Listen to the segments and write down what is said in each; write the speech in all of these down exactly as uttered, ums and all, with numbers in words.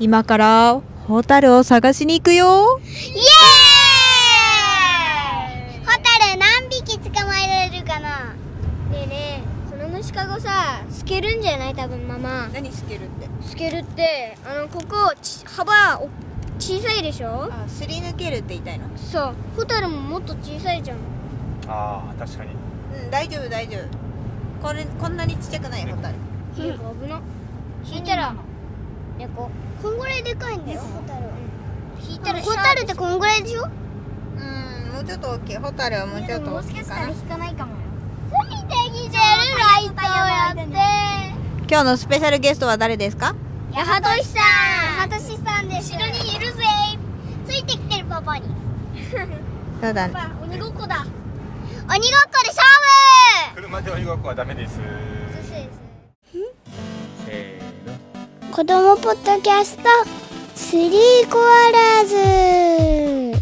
今からホタルを探しに行くよ。 イエーイ。ホタル何匹捕まえられるかな。 ねえねえ、その虫かごさ、透けるんじゃない？多分ママ。 何スケルって？ 透けるってあのここち幅お小さいでしょ。 あ、すり抜けるって言いたいの？ そう、ホタルももっと小さいじゃん。 ああ、確かに。 うん、大丈夫大丈夫。これこんなにちっちゃくないホタル。 猫危な。引いたら猫。 こんぐらいでかいんだよホタル。 引いたらホタルってこんぐらいでしょ。 うん、もうちょっと大きい。ホタルはもうちょっと大きいかな。 引かないかもよ。 ついてきてるライトをやって。 今日のスペシャルゲストは誰ですか？ ヤハトシさん。 ハトシさんです。 後ろにいるぜ。 ついてきてるパパに。 そうだね。 パパ、鬼ごっこだ。 鬼ごっこで勝負。 車で鬼ごっこはダメです。 せせーの。 子供ポッドキャストスリーコアラーズ。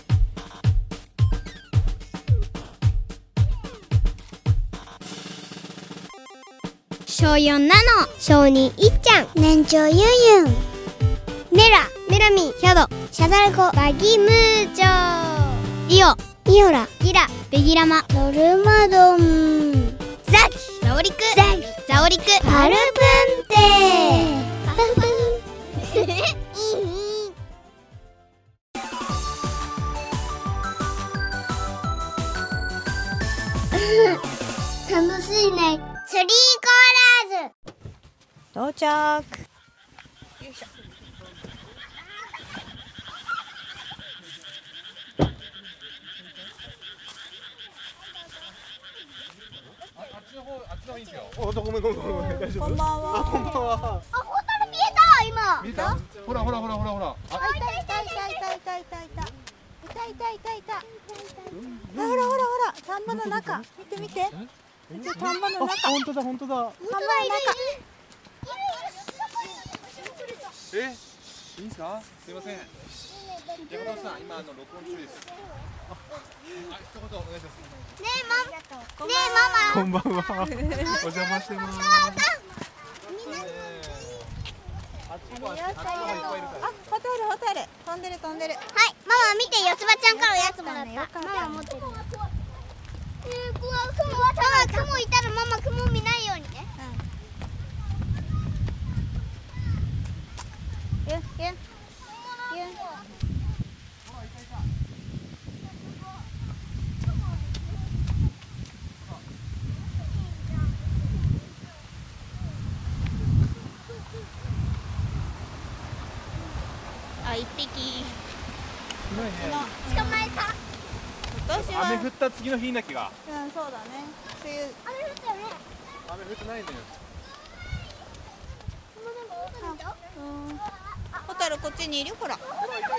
小よんなの小にいっちゃん、年長ゆんゆん、メラ、メラミ、 ヒャド、 シャザルコ、 バギムーチョー、イオ、 イオラ、 ギラ、ベギラマ、 ノルマドン、 ザキ、ザオリク、ザキ、ザオリク、 パルプンテパルプン楽しいね。スリーコアラーズ到着。よいしょ。 あっちの方、あっちの方いいですよ。お、ごめんごめんごめん。大丈夫。 こんばんは。 こんばんは。 あ、ホタル見えた今。 見た？ほらほらほらほらほら。あ、 いたいたいたいたいたいたいたいたいたいたいた。ほらほらほら、田んぼの中見て見て。一応田んぼの中。 本当だ本当だ。 田んぼの中。 え、いいんですか？すいません。山本さん、今あの録音中です。あ、一言お願いします。 ねえママ、ねえママ。 こんばんは。お邪魔してます。あっちもあっちもいっぱいいるから。 あ、ホタルホタル。飛んでる飛んでる。 はい、ママ見て、四つ葉ちゃんからおやつもらった。 よかったねママ持ってる。えー、怖い、雲、ママ雲いたらママ雲見ないようにね。 ゆんゆん。あ、一匹。 すごいね。 捕まえた。 今年は。 雨降った次の日なきが。 うん、そうだね。梅雨。 あれ降ったよね。 雨降ってないのよ。 うん。ホタルこっちにいる。ほら。 うわ、ホタル。本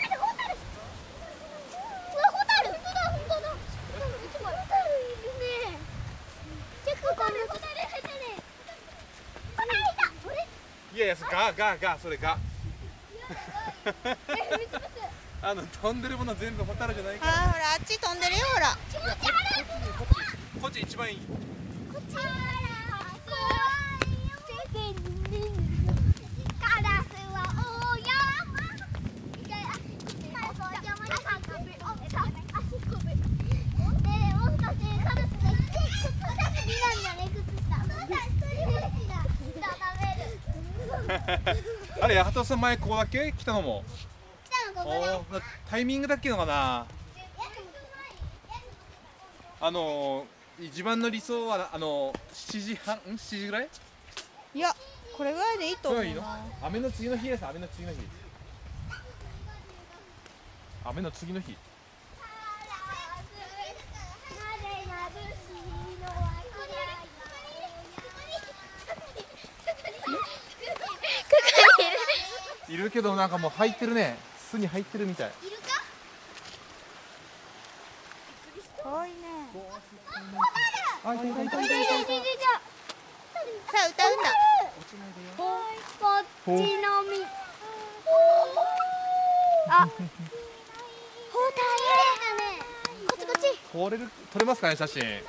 当だ、本当だ。ホタルいるね。結構ホタル、ホタル、ホタル。ホタルいた。あれ？ いやいや、ガーガーガー、それガー。あの飛んでるもの全部ホタルじゃないから。 あー、ほら、あっち飛んでるよ。ほら。 気持ち悪い。 こっち一番いい。 こっち。あら、怖いよ。カラスは大山。 あれ、八幡さん前ここだっけ来たのも。 来たのここだよ。 おー、タイミングだっけのかな。あのー、一番の理想はあのしちじはん、んしちじぐらい？ いや、これぐらいでいいと思ういいの？ な。 雨の次の日です。雨の次の日。雨の次の日。いるけどなんかもう入ってるね。巣に入ってるみたい。 いるか？ 遠いね。 あ、いたいたいたいたいた。 さあ、歌うんだ。 こっちのみ。あ、ホタルだね。こっちこっち。 撮れる、撮れますかね、写真。 取れない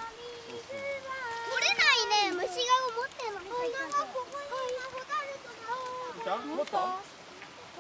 ね。虫が持ってます。 いた？もっと？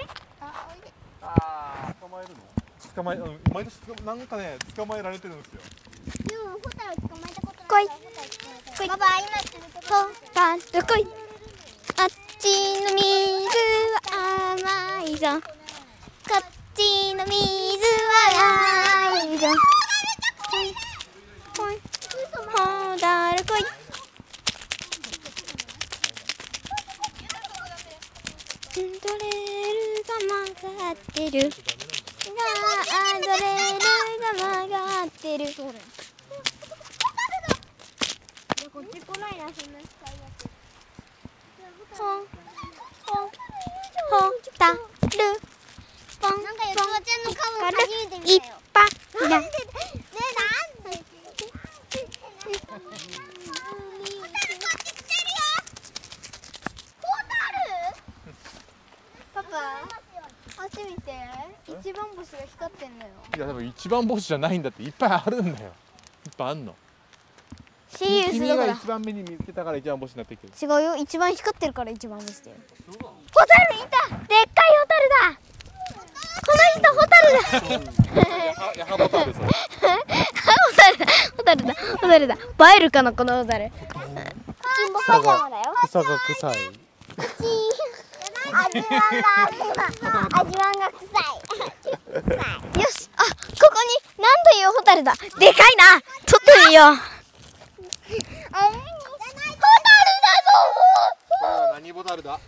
あ、おいで。 ああ、捕まえるの？捕まえ、うん毎年捕なんかね捕まえられてるんですよ。 でもホタル捕まえたことない。 来いホタル捕まえた。パパ今するとこ。 ホタル来い。あっちの水は甘いぞ。こっちの水は甘いぞ。ほいほいホタル来い。ドレールが曲がってる。ガードレールが曲がってる。 こっち来ないな、そんな使いやつ。 ほほほたるポンなんかよつばちゃんの顔ポン初めていっ見たよ。 ぱいだ。 ねえ、なんで？ホタルこっち来てるよ。ホタル？ パパ、あっち見て。一番星が光ってんのよ。 いやでも一番星じゃないんだって、いっぱいあるんだよ。いっぱいあんの。 シリウス君だからが一番目に見つけたから一番星になってるけど。 違うよ、一番光ってるから一番星だよ。ホタルいた。でっかいホタルだ。この人ホタルだ。 あ、ヤハボタルそれ。 ホタルだホタルだホタルだ。映えるかなこのホタル。 草が草が臭い。 味わんが味わん味わんが臭い。 よし、あ、ここになんというホタルだ。でかいな。取ってみよう。 あ、ホタルだぞ。 これは何ボタルだ？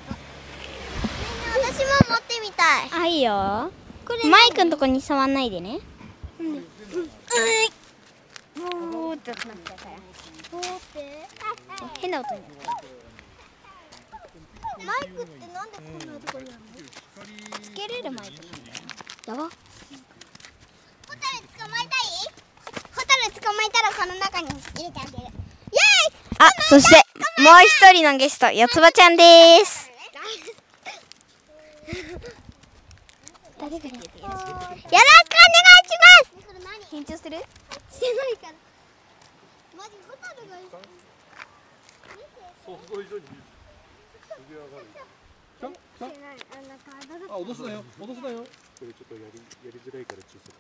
私も持ってみたい。 あ、いいよ。マイクのとこに触んないでね。うん。うい。ボーってなっちゃうから。 どうって変な音になる。 マイクってなんでこんなところにあるの？ つけれるマイク。やば。 ホタル捕まえたい？ホタル捕まえたらこの中に入れてあげる。イエーイ！ あ、そしてもう一人のゲスト、よつばちゃんです。誰が言ってる？ よろしくお願いします。それ何？ 緊張する？ してないから。マジホタルがいる。 想像以上にあ、脅すなよ、脅すなよ。これちょっとやりやりづらいから小さ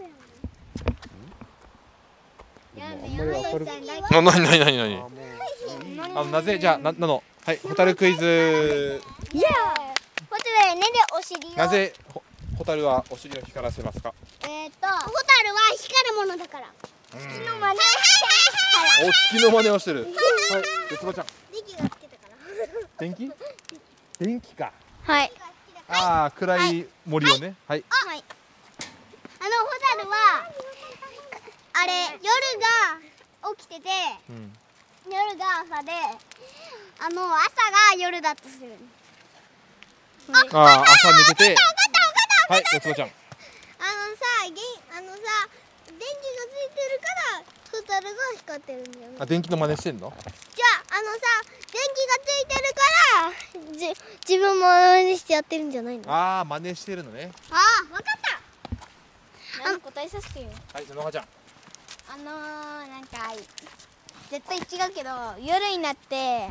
く。 やあんまり明るく。 ああ、なになになになに。あのなぜじゃあななのはいホタルクイズ。 いやホタルねでお尻をなぜホホタルはお尻を光らせますか？ えっとホタルは光るものだから月の真似お、月の真似をしてる。はい、よつばちゃん。 電気がつけたから電気？電気か。 はい。 ああ、暗い森をね。はい。 あ、はい。あのホタルはあれ夜が起きててうん。 夜が朝であの朝が夜だとする。 ああ、朝寝てて。はい、よつばちゃん。 るからホタルが光ってるんだよね。 あ、電気の真似してんの？ じゃああのさ電気がついてるからじ自分も真似してやってるんじゃないの？あああ、真似してるのね。 あ、わかった。 何答えさせてよ。 はい、ののはちゃん。 あのー、なんか絶対違うけど夜になって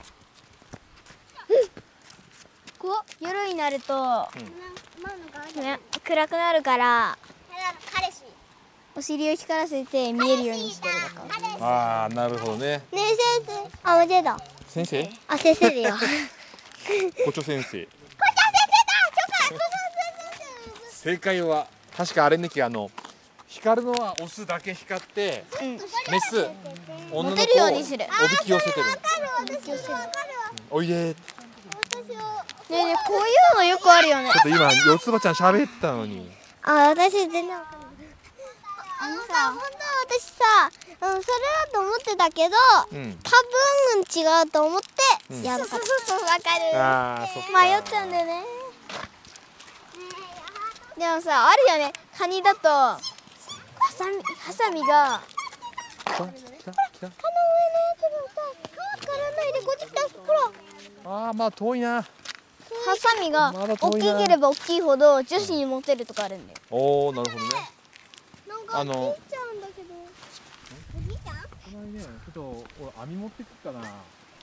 こう夜になると、ね、暗くなるから彼氏。 お尻を光らせて見えるようにしてるのか。 ああ、なるほどね。 ねえ先生。あ、間違えた。 先生？ あ、先生だよ。 校長先生。正解は確かあれねきあの光るのはオスだけ光ってうん。 メス女の子モテるようにする。 おびき寄せてる。 私わかるわ。 おいで。 私を。 ねえねえこういうのよくあるよね。 ちょっと今四つ葉ちゃん喋ったのに。 あ、私全然わかんない。あのさ、本当は私さ、うん、それだと思ってたけど、 うん。 多分違うと思ってうんやった。 そうそうそうわかる。 ああ、そっか。 迷っちゃうんだよね。でもさあるよね。カニだとハサミハサミが来た来た来た。 あの上のやつがさ、皮からないでこっち来た。ほら。 ああ、まあ遠いな。 ハサミがまだ遠いな大きければ大きいほど女子にモテるとかあるんだよ。 おお、なるほどね。 なんかあのおじいちゃんだけど。おじいちゃん？ねこのね、ちょっと俺網持ってくかな。 あ、み、あ、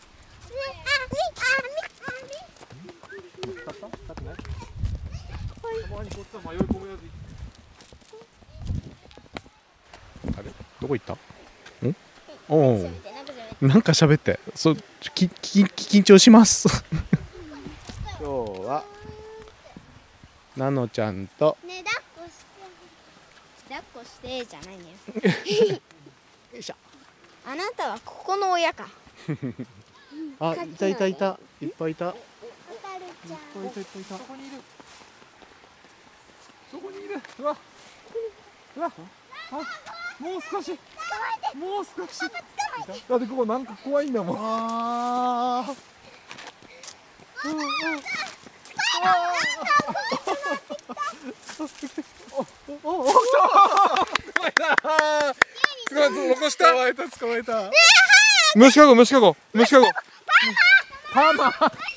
み、あ、み。 使った？使ってない？たまにこっちは迷い込むやつ。あれ？どこ行った？ん？おお。 なんか喋って、そう、き、き、緊張します。今日は。なのちゃんと。 ね、抱っこして。 抱っこしてじゃないね。 よいしょ。 あなたはここの親か。 あ、いたいたいた、いっぱいいた。いっホタルちゃん。 ぱいいたいっぱいいた。 そこにいる。そこにいる。うわ。うわ。あ、もう少し。もう少し。だってここなんか怖いんだもん。 ああ。 おお、お、来た。すごい、残した。 捕まえた、捕まえた。 虫かご、虫かご、虫かご。パーマ。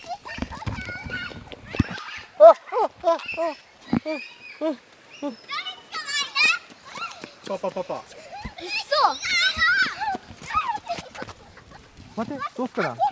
パパパパ。 待って、どうすっかな。 早く。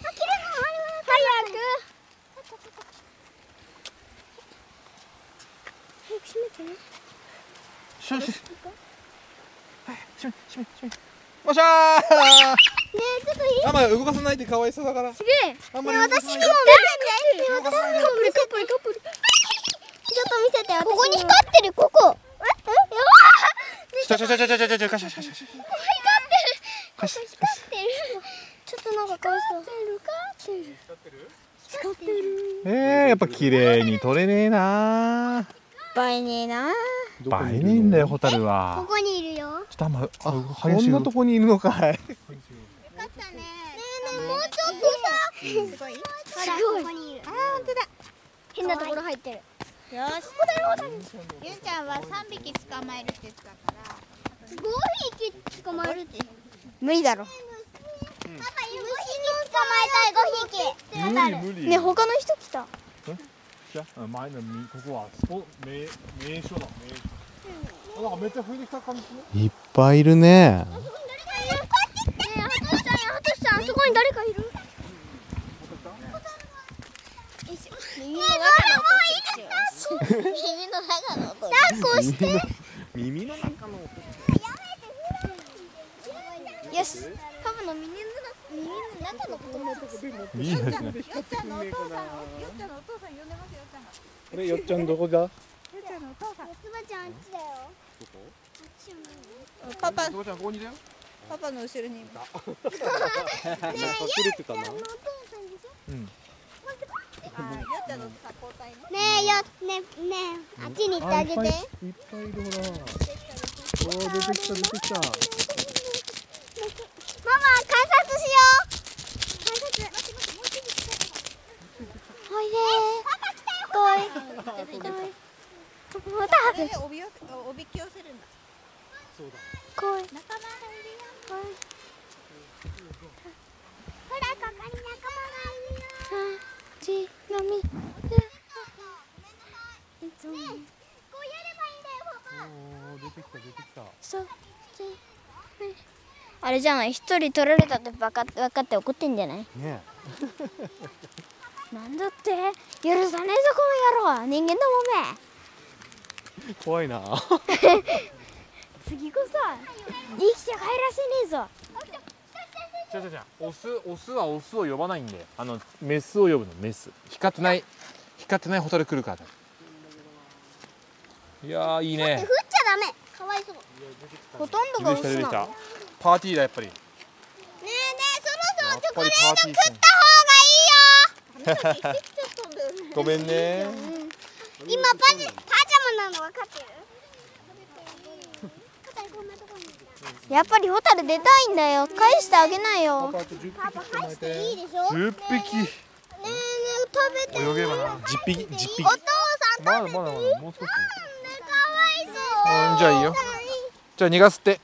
早く閉めてね。 しよし。はい、閉め、閉め、閉め。おっしゃー。 ねえ、ちょっといい？ あんま動かさないでかわいそうだから。 すげえ。 あんまり動かさないで。 カップルカップルカップル。ちょっと見せて。ここに光ってる。ここ。え？え？やばい。 ちょちょちょちょちょちょちょ、かしかしかしかし。 光ってる。 かしかし。 光ってる。ちょっとなんかかわいそう。光ってる。光ってる。 えー、やっぱ綺麗に撮れねえな。 映えねえな。 映えねえんだよ、ホタルは。 ここにいるよ。 ちょっとあんま、あ、こんなとこにいるのかい。 よかったね。ねえねえ、もうちょっとさ。すごい。ほら、ここにいる。 あー、本当だ。 変なところ入ってる。 よし。ゆうちゃんは三匹捕まえるって言ってたから。 ごひき捕まえるって。 無理だろ。 パパ、虫に捕まえたいごひき。 無理無理。 ね他の人来た。 じゃあ、前のみ、ここはスポ名名所だ。名所。なんかめっちゃ増えてきた感じね。 いっぱいいるね。 ねえ、ハトシさん、ハトシさん、あそこに誰かいる。 耳の中の音。耳の中の音。 抱っこして。 耳の中のよし。パパの耳の耳の中のことも。 いいですね。 よっちゃんのお父さん、よっちゃんのお父さん呼んでますよ、よっちゃんが。 これよっちゃんどこだ。 よっちゃんのお父さん。 つばちゃん、あっちだよ。 パパ、 どこちゃん、ここにいるよ。 パパの後ろにいる。 隠れてたな。 お父さんでしょ。 うん。 あー、よっちゃんのサポーターに。 ねえ、よ、ねえ、ねえ、あっちに行ってあげて。 いっぱいいっぱいいるほら。おー、出てきた出てきた。 ママ、観察しよう。観察。おいでー。来い。来い。また。 それでおびよせ、おびき寄せるんだ。 そうだ。 来い。 中ほらここに仲間がいるよ。 ちのみずいつもこうやればいいんだよパパ。 おお出てきた出てきた。 そっちあれじゃない、一人取られたって分かって分かって怒ってんじゃない？ ねなんだって許さねえぞこの野郎、人間だもんめ。 怖いな。 次こそ生きて帰らせねえぞ。 じゃじゃじゃオスオスはオスを呼ばないんで、あのメスを呼ぶの。メス光ってない光ってないホタル来るから。いやーいいね。 振っちゃダメ。かわいそう。ねほとんどがオス出てきたなの。 パーティーだやっぱり。 えねえそろそろチョコレートやっぱり食った方がいいよ。 ごめんね。 今パジパジャマなの分かってる？ やっぱりホタル出たいんだよ。返してあげないよ。 パパあとじゅっぴきパパ捕まえ返していいて。 でしょ？ね十匹えねえ食べて。 泳げばな。 じゅっぴきじゅっぴきお。父さんまだ食べて。 まだまだもう少し。 かわいそう。 うんじゃあいいよ。じゃあ逃がすって。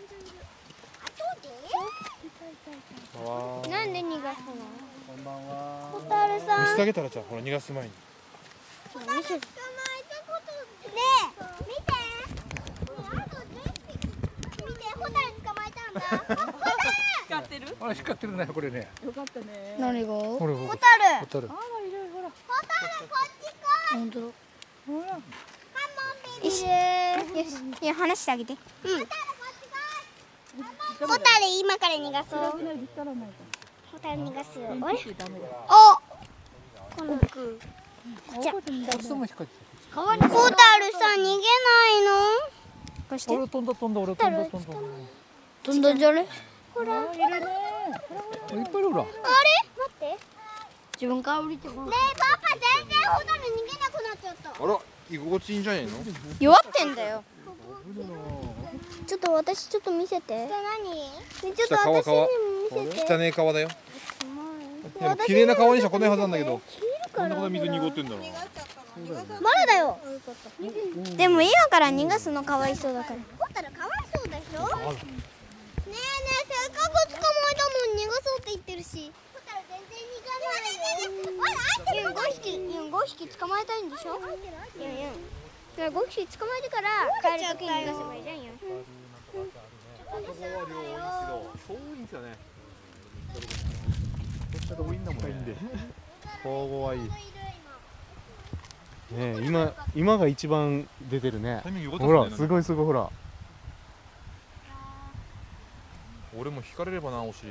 なんで逃がすこんばんは。 の？ホタル見さん。 せてあげたらじゃあほら逃がす前に。 捕まえたことねえ見て。ねえあとじゅっぴき。見てホタル捕まえたんだ。ホタル。 あれ光ってるねこれね。 何が？ ほらほら。 ホタル。 ホタル。 ホタルこっち来い。 本当だ。 カモンベビー。 よし、よし、いや話してあげて。 うん。ホタル今から逃がそう。ホタル逃がす。あれ？お。この服。じゃ。ホタルさん逃げないの？ 貸して。 俺飛んだ飛んだ俺飛んだ飛んだ。 どんどんじゃね？ ほら。 いっぱいいるほら。 あれ？待って。 自分から降りても。 ねえパパ全然ホタル逃げなくなっちゃった。 あら居心地いいんじゃないの？ 弱ってんだよ。ちょっと私ちょっと見せて。 何？ ねちょっと私にも見せて。 汚ねえ川だよ。でも綺麗な川にしか来ないはずなんだけど。こんなこと水濁ってんだろ。 まだだよ。 でも今から逃がすのかわいそうだから。 ホタルかわいそうでしょ？ねえねえせっかく捕まえたもん逃がそうって言ってるし。ホタル全然逃がない。 ユンごひき、ユンごひき捕まえたいんでしょ？ユンユン。じゃあごひき捕まえてから帰るときに逃がせばいいじゃんよ。 遠いんですよね。ちょっと遠いんだもんね。 保護はいい。ねえ今今が一番出てるね。 タイミング良かったほですね。 らすごいすごいほら。 俺も引かれればなお尻。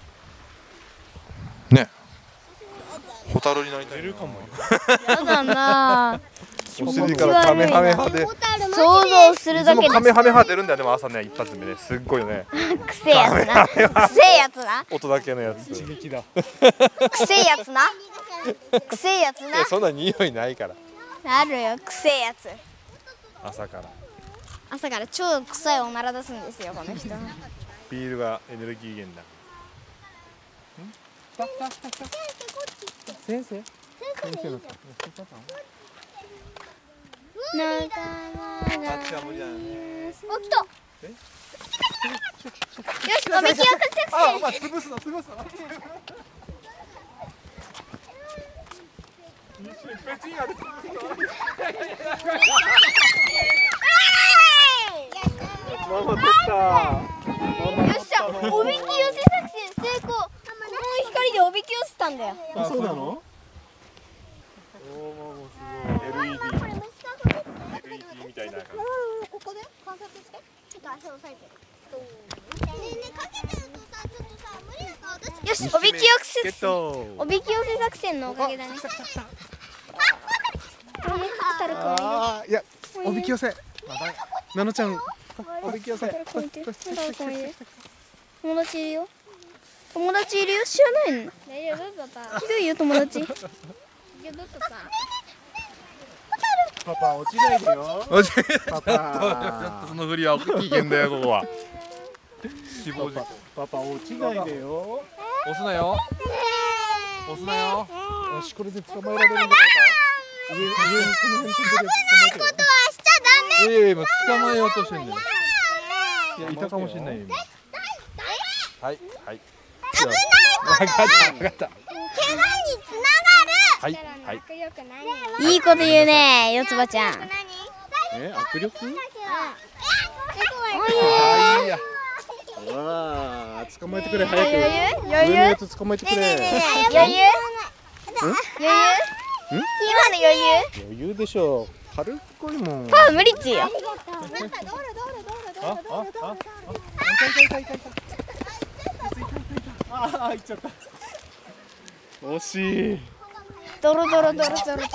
ね。ホタルになりたい。出るかも。 やだな。 お尻からカメハメハで。 ホタルマジで想像するいつもだけでカメハメハ出るんだよでも朝ね一発目ねすっごいよね。 くせえやつな。くせえやつな。 音だけのやつ。 一撃だ。 くせえやつな。くせえやついやな。 そんな匂いないからあるよ、くせえやつ。 朝から。 朝から超臭いおなら出すんですよこの人。 ビールがエネルギー源だ。先生？先生の。 仲間あっちは無理だよね。 お来た。 よし、おびきよく作あ、 戦。 お前潰すの潰すの。別にやる。ママ取った。 よっしゃ、おびき寄せ作戦成功。この光でおびき寄せたんだよ。 あそうなの？ エルイーディー。エルイーディー みたいな感じ。 ここで観察して。ちょっと足押さえて。ねえねえかけてるとさちょっとさ無理だと私。 よし、おびき寄せゲッ作戦。 ト。 おびき寄せ作戦のおかげだね。タルくんはああいやおびき寄せ。なのちゃんおびき寄せ。 タルくんいて。タルくんいて。友達いるよ。友達いるよ、知らないの？大丈夫パパ。ひどいよ友達。大丈夫パパ。 パパ落ちないでよ。 マジで。 パパその振りは危険だよここは。死亡事故。 パパ落ちないでよ。 押すなよ。押すなよ。 よしこれで捕まえられるんじゃないか。上上にこの辺飛んでるやつ捕まえてる。 ことはしちゃダメ。 いやいや今捕まえようとしてんだよ。いやいたかもしれないよ今。はいはい。 危ないことは分かった分かった怪我につなはいはいいいこと言うね、四つ葉ちゃん。 え握力おいあーいいやわあ捕まえてくれ早く余裕余裕上のやつ捕まえてくれ余裕余裕今の余裕余裕でしょう軽っこいもんパー無理っちよ。 ああああ痛い痛い痛い痛い痛いああ行っちゃった惜しいドロドロドロドロドロ。 せっかく捕まえよ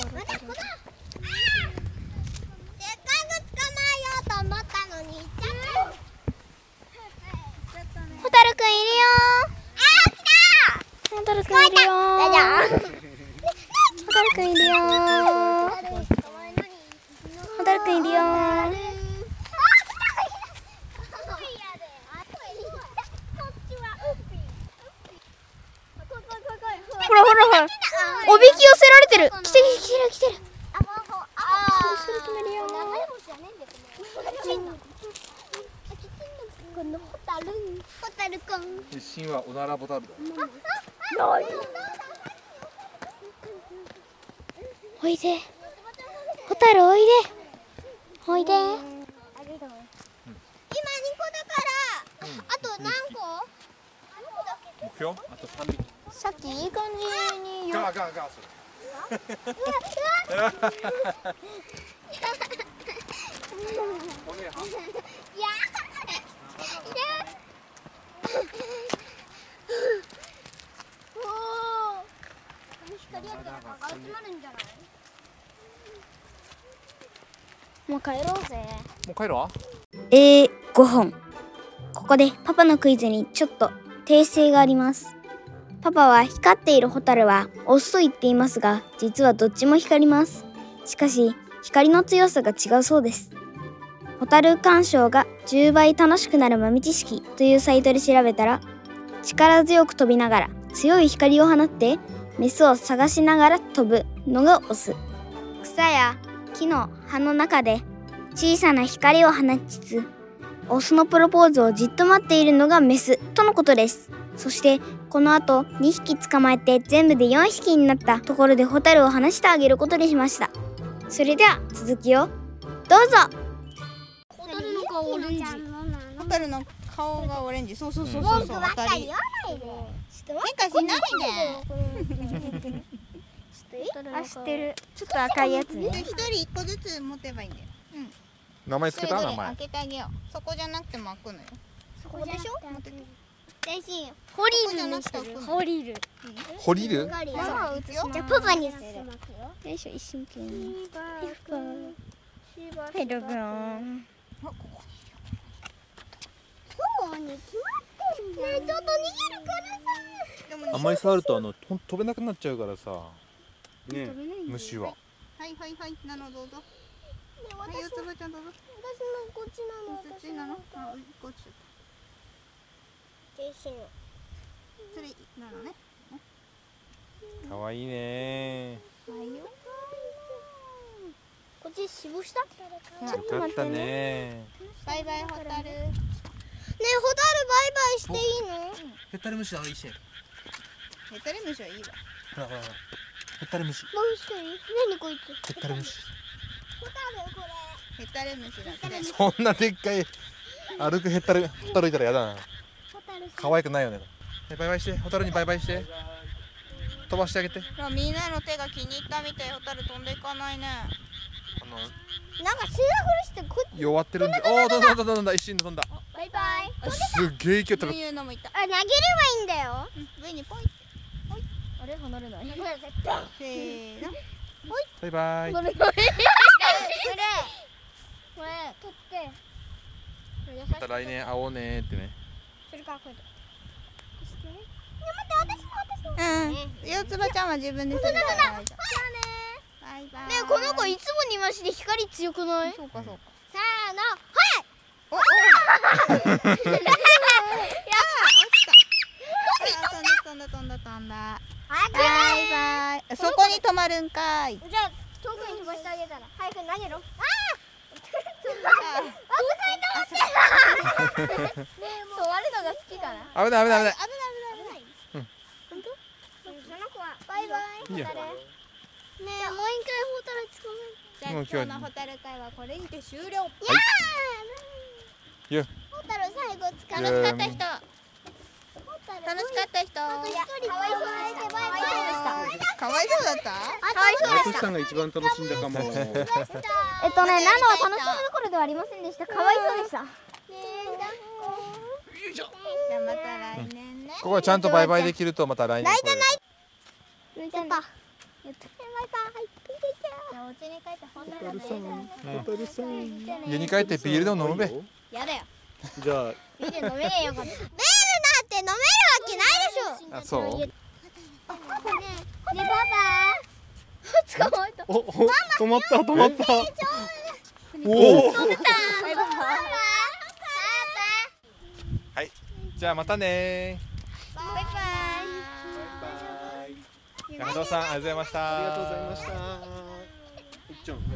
うと思ったのに行っちゃった。 ホタルくんいるよ。 あー来た。 ホタルくんいるよ。ホタルくんいるよ。ホタルくんいるよ。ほらほらほら、おびき寄せられてる。来てる来てる来てる。それ決めるよ。 このホタル、ホタルくん。 出身はおならボタルだ。 おいで。ホタルおいで。おいで。 今二個だから、あと何個？ 目標あと三匹。 さっきいい感じにガーガーガーそれ。 いや。おお。光やったら集まるんじゃない？ もう帰ろうぜ。 もう帰るわ。 えー、ごほん。ここでパパのクイズにちょっと訂正があります。パパは光っているホタルはオスと言っていますが、実はどっちも光ります。しかし光の強さが違うそうです。ホタル鑑賞がじゅうばい楽しくなる豆知識というサイトで調べたら、力強く飛びながら強い光を放ってメスを探しながら飛ぶのがオス。草や木の葉の中で小さな光を放ちつつ、オスのプロポーズをじっと待っているのがメスとのことです。そしてこの後にひき捕まえて全部でよんひきになったところでホタルを放してあげることにしました。それでは続きをどうぞ。 ホタルの顔オレンジ。 ホタルの顔がオレンジ。そうそうそうそうそう。当たり。 言わないで。 喧嘩しないで。 あ、知ってる。ちょっと赤いやつね。 一人一個ずつ持てばいいんだよ。 名前つけた名前それぞれ開。けてあげよう。そこじゃなくても開くのよ。 そこでしょ？ 持ってて。 大事よ。 ホリそこじゃなくて開くの。 ホリル。 ホリル？ ママを打つよ。 じゃあパパにする。 よいしょ、一瞬くん。ヘルくん。 そうに決まってるじゃん。ねえちょっと逃げるからさ。 あんまり触るとあのと飛べなくなっちゃうからさ。ね虫は。 はいはいはい。なのどうぞ。はい、 私四つ葉ちゃんどうぞ。 私のこっちなの。 そっちなの？あ、こっち。 私の。 それなのね。 可愛いね。 はいよ。 こっち死亡した？ねえよかったね。 バイバイホタル。 ホタルバイバイしていいの？ ヘタル虫はおいしい。 ヘタルムシはいいわ。 ほらほらほら。ヘタル虫。 もう一人？何こいつ？ ヘタル虫。 ホタルこれ。 ヘタルムシだって。 そんなでっかい歩くヘタルホタルいたらやだな。 ホタル。 可愛くないよね。えバイバイして。ホタルにバイバイして。飛ばしてあげて。 みんなの手が気に入ったみたい。ホタル飛んでいかないね。 あのなんか背中してこっち。 弱ってるんで。おお飛んだ飛んだ飛んだ一瞬で飛んだ。 バイバイ。 すっげえ勢い飛ぶ。 そういうのもいた。 あ、投げればいいんだよ。 上にポイ。 あれ離れない。 せーの。 バイバイ。 これ。これ取って。 また来年会おうねってね。 それからこれ。 うん。四つ葉ちゃんは自分で。そうだそうだ。バイバイ。 ねえ、この子いつもにましで光強くない？ そうかそうか。 せーの。 おお。やった。落ちた。飛んだ飛んだ飛んだ飛んだ。バイバイ。そこに止まるんかい。 じゃあ遠くに飛ばしてあげたら早く投げろ。ああ。 止まるのが好きかな。 危ない危ない危ない。 危ない危ない危ない。 いいや。 ねえ、もう一回ホタル捕まじゃあもう今日は今日のホタル会はこれにて終了。 える。 いや。 ホタル最後捕ま楽しかった人、楽しかった人。 あと一人かわいそうでした。バイバイでした。 かわいそうだった？ かわいそうでした。 トシさんが一番楽しんだかも。 えっとね、ナノは楽しむどころではありませんでした。かわいそうでした。 じゃあまた来年ね。 ここはちゃんとバイバイできるとまた来年。 泣いた泣いた。やった。バイバイ。 じゃあお家に帰ってホタルの映ホタルさん、ホタルさん。 家に帰ってビールでも飲むべ。 やだよ。 じゃあ、 ビール飲めねえよかった。 ビールなんて飲めるわけないでしょ。 あ、そう。 ねえ、ねえパパ。捕まえた。 お、お、止まった、止まった。おお。 バイバイ。 はい。じゃあまたねバイバイ。 ー。中藤さんありがとうございました。 ありがとうございました。いっちゃん、はい。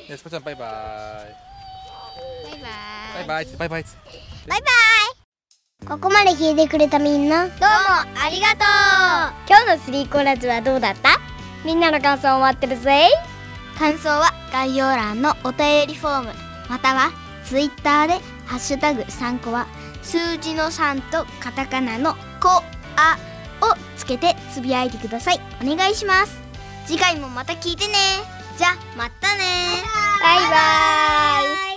ね、スパちゃんバイバイ。 バイバイ。 バイバイ。バイバイ。 バイバイ。ここまで聞いてくれたみんな、どうもありがとう。今日のスリーコーラズはどうだった？みんなの感想を待ってるぜ。感想は概要欄のお便りフォーム、またはツイッターでハッシュタグさんこは数字のさんとカタカナのこあをつけてつぶやいてください。お願いします。次回もまた聞いてね。じゃあまたね。バイバイ。